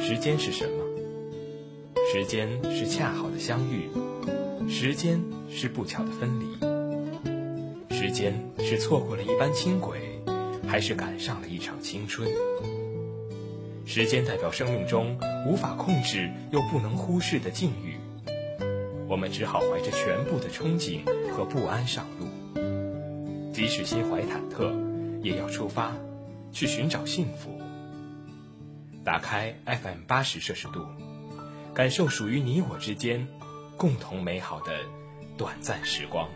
时间是什么？时间是恰好的相遇，时间是不巧的分离，时间是错过了一班轻轨，还是赶上了一场青春？时间代表生命中无法控制又不能忽视的境遇，我们只好怀着全部的憧憬和不安上路，即使心怀忐忑，也要出发，去寻找幸福。打开 FM 80摄氏度，感受属于你我之间共同美好的短暂时光。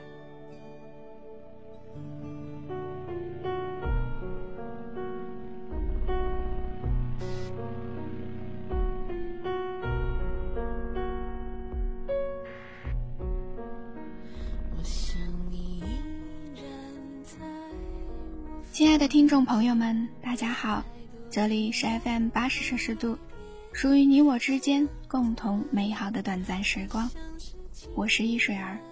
亲爱的听众朋友们，大家好，这里是 FM 80摄氏度，属于你我之间共同美好的短暂时光，我是易水儿。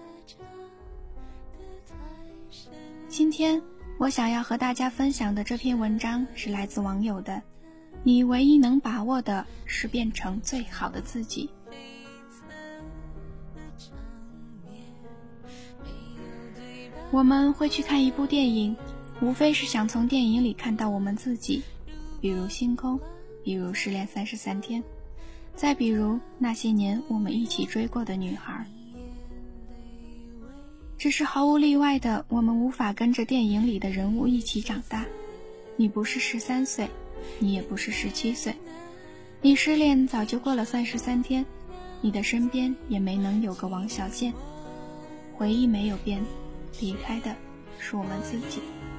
今天我想要和大家分享的这篇文章是来自网友的，你唯一能把握的是变成最好的自己。我们会去看一部电影，无非是想从电影里看到我们自己，比如星空，比如失恋33天，再比如那些年我们一起追过的女孩。只是毫无例外的，我们无法跟着电影里的人物一起长大。你不是13岁，你也不是17岁，你失恋早就过了33天，你的身边也没能有个王小贱。回忆没有变，离开的是我们自己。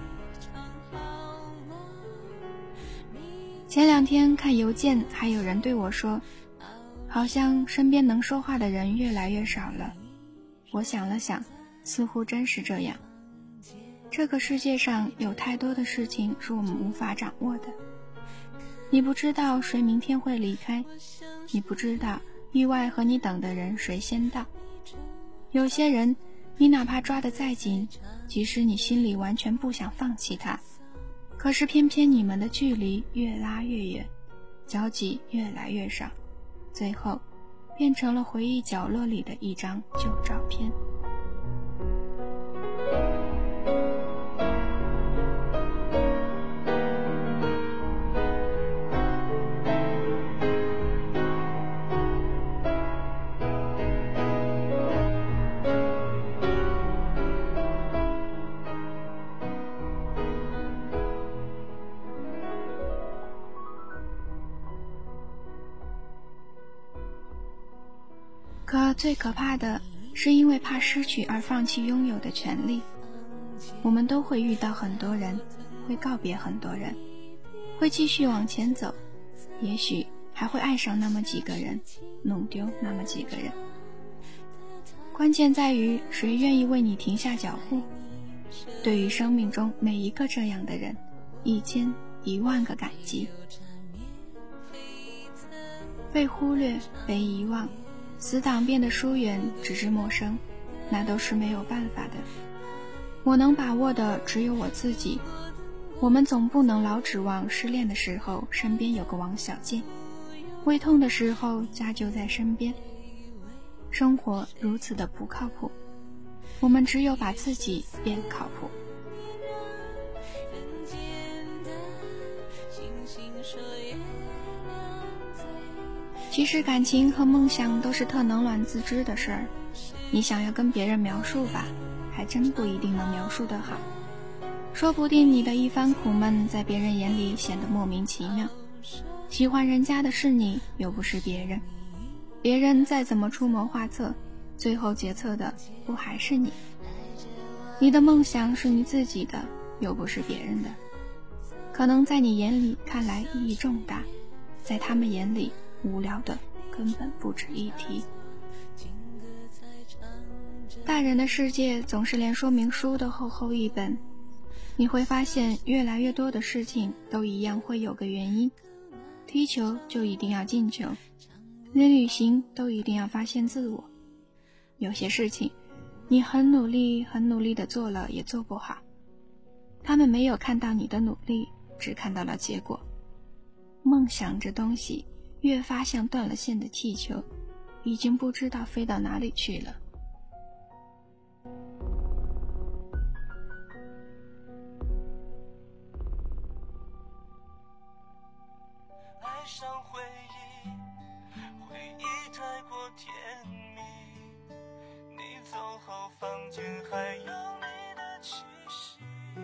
前2天看邮件，还有人对我说，好像身边能说话的人越来越少了。我想了想，似乎真是这样。这个世界上有太多的事情是我们无法掌握的。你不知道谁明天会离开，你不知道意外和你等的人谁先到。有些人，你哪怕抓得再紧，即使你心里完全不想放弃他，可是偏偏你们的距离越拉越远，交集越来越少，最后变成了回忆角落里的一张旧照片。可最可怕的是因为怕失去而放弃拥有的权利。我们都会遇到很多人，会告别很多人，会继续往前走，也许还会爱上那么几个人，弄丢那么几个人。关键在于谁愿意为你停下脚步。对于生命中每一个这样的人，1千1万个感激。被忽略，被遗忘，死党变得疏远，只是陌生，那都是没有办法的。我能把握的只有我自己。我们总不能老指望失恋的时候身边有个王小贱，胃痛的时候家就在身边。生活如此的不靠谱，我们只有把自己变靠谱。其实感情和梦想都是特能卵自知的事儿，你想要跟别人描述吧，还真不一定能描述得好。说不定你的一番苦闷在别人眼里显得莫名其妙，喜欢人家的是你，又不是别人。别人再怎么出谋划策，最后决策的不还是你。你的梦想是你自己的，又不是别人的。可能在你眼里看来意义重大，在他们眼里无聊的根本不值一提。大人的世界总是连说明书都厚厚一本，你会发现越来越多的事情都一样会有个原因。踢球就一定要进球，连旅行都一定要发现自我。有些事情你很努力地做了也做不好，他们没有看到你的努力，只看到了结果。梦想这东西越发像断了线的气球，已经不知道飞到哪里去了。 爱上回忆，回忆太过甜蜜，你走后房间还有你的气息。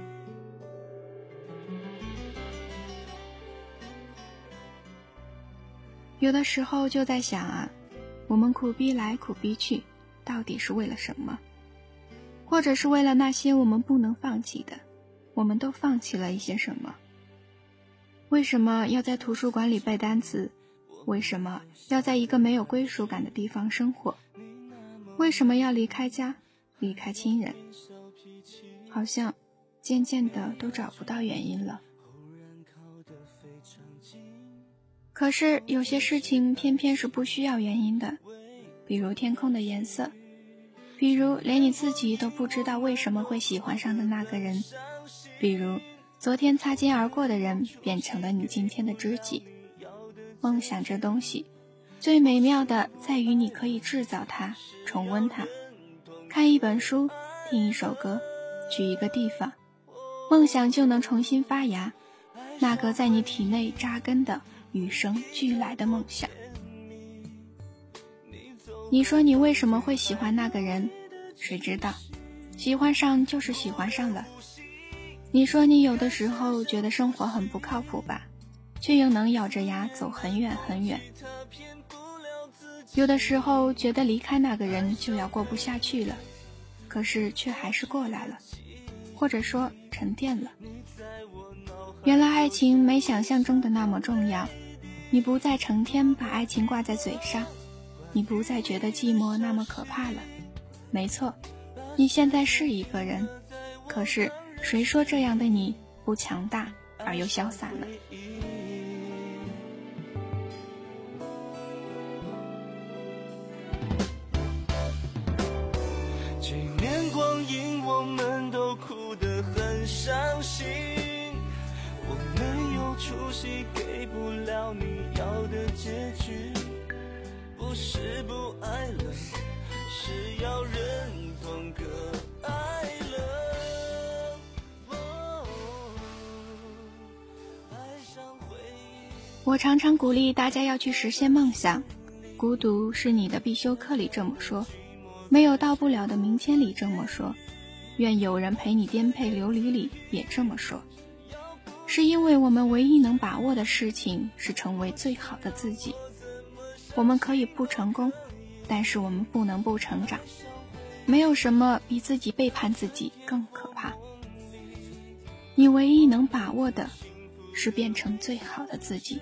有的时候就在想啊，我们苦逼来苦逼去，到底是为了什么？或者是为了那些我们不能放弃的，我们都放弃了一些什么？为什么要在图书馆里背单词？为什么要在一个没有归属感的地方生活？为什么要离开家，离开亲人？好像渐渐的都找不到原因了。可是有些事情偏偏是不需要原因的，比如天空的颜色，比如连你自己都不知道为什么会喜欢上的那个人，比如昨天擦肩而过的人变成了你今天的知己。梦想这东西最美妙的在于你可以制造它，重温它，看一本书，听一首歌，去一个地方，梦想就能重新发芽，那个在你体内扎根的与生俱来的梦想。你说你为什么会喜欢那个人？谁知道，喜欢上就是喜欢上了。你说你有的时候觉得生活很不靠谱吧，却又能咬着牙走很远很远。有的时候觉得离开那个人就要过不下去了，可是却还是过来了，或者说沉淀了。原来爱情没想象中的那么重要，你不再成天把爱情挂在嘴上，你不再觉得寂寞那么可怕了。没错，你现在是一个人，可是谁说这样的你不强大而又潇洒呢？ 几年光阴，我们都哭得很伤心，我没有出息，给不了你要的结局，不是不爱了，是要认同个爱了。爱上回忆。 我常常鼓励大家要去实现梦想，孤独是你的必修课里这么说，没有到不了的明天里这么说，愿有人陪你颠沛流离里也这么说。是因为我们唯一能把握的事情是成为最好的自己。我们可以不成功，但是我们不能不成长。没有什么比自己背叛自己更可怕。你唯一能把握的是变成最好的自己。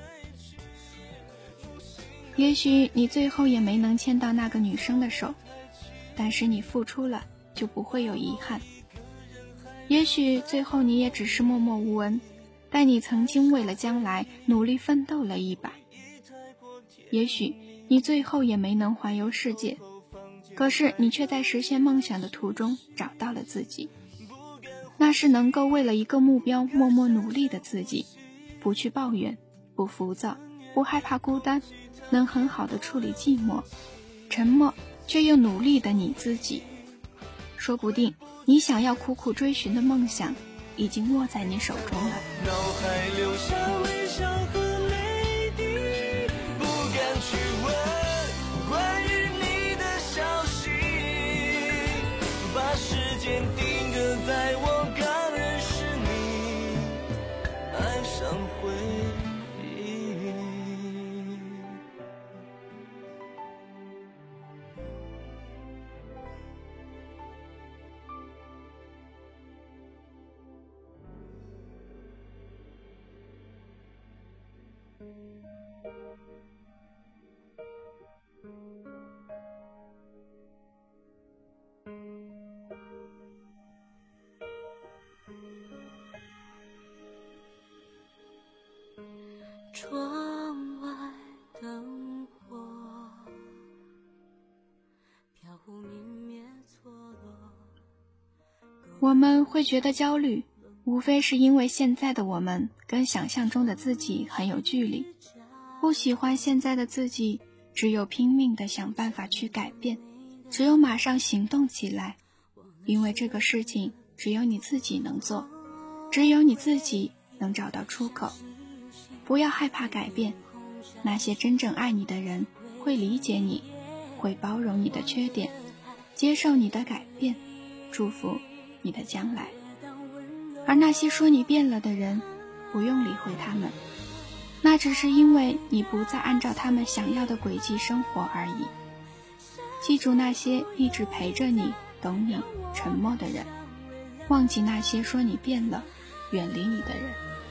也许你最后也没能牵到那个女生的手，但是你付出了，就不会有遗憾。也许最后你也只是默默无闻，但你曾经为了将来努力奋斗了一把。也许你最后也没能环游世界，可是你却在实现梦想的途中找到了自己。那是能够为了一个目标默默努力的自己，不去抱怨，不浮躁，不害怕孤单，能很好的处理寂寞，沉默却又努力的你自己。说不定你想要苦苦追寻的梦想已经握在你手中了。 脑海留下微笑和泪滴，不敢去问关于你的消息，把时间定格在我刚认识你，爱上回忆。 窗外灯火飘忽明灭错落。 我们会觉得焦虑，无非是因为现在的我们跟想象中的自己很有距离。 不喜欢现在的自己，只有拼命地想办法去改变，只有马上行动起来，因为这个事情只有你自己能做，只有你自己能找到出口。不要害怕改变，那些真正爱你的人会理解你，会包容你的缺点，接受你的改变，祝福你的将来。而那些说你变了的人，不用理会他们，那只是因为你不再按照他们想要的轨迹生活而已。记住那些一直陪着你、懂你、沉默的人，忘记那些说你变了、远离你的人。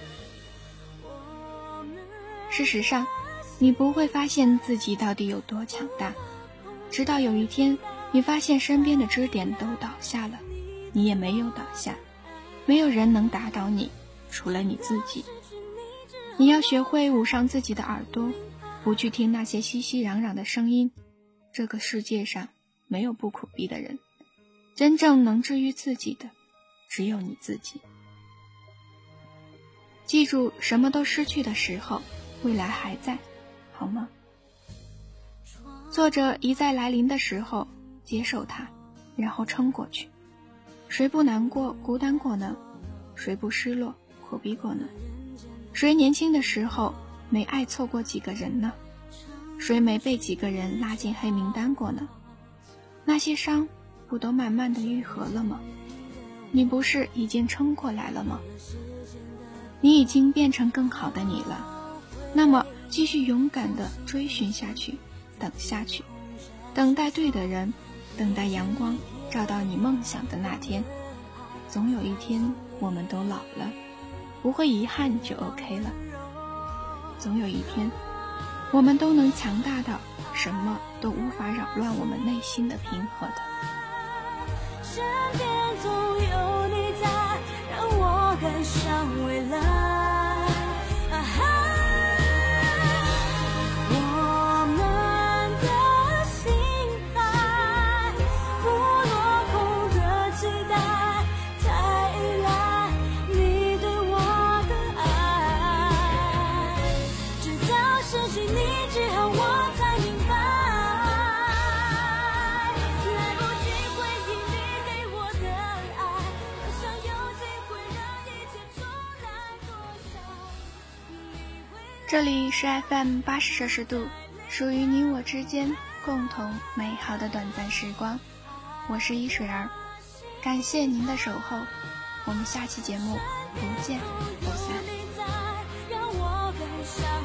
事实上，你不会发现自己到底有多强大，直到有一天，你发现身边的支点都倒下了，你也没有倒下，没有人能打倒你，除了你自己。你要学会捂上自己的耳朵，不去听那些熙熙攘攘的声音。这个世界上没有不苦逼的人，真正能治愈自己的，只有你自己。记住，什么都失去的时候，未来还在，好吗？作者一再来临的时候，接受它，然后撑过去。谁不难过、孤单过呢？谁不失落、苦逼过呢？谁年轻的时候没爱错过几个人呢？谁没被几个人拉进黑名单过呢？那些伤不都慢慢的愈合了吗？你不是已经撑过来了吗？你已经变成更好的你了，那么继续勇敢地追寻下去，等下去，等待对的人，等待阳光照到你梦想的那天。总有一天我们都老了，不会遗憾就 OK 了。总有一天我们都能强大到什么都无法扰乱我们内心的平和的。 身边总有你在，让我感伤未来。我们的心海，不落空的期待，太依赖你对我的爱，直到失去你之后我才明白，来不及回应你给我的爱，多想有机会让一切重来多少。 这里是 FM 80摄氏度，属于你我之间共同美好的短暂时光。我是一水儿，感谢您的守候，我们下期节目不见不散。 让我感伤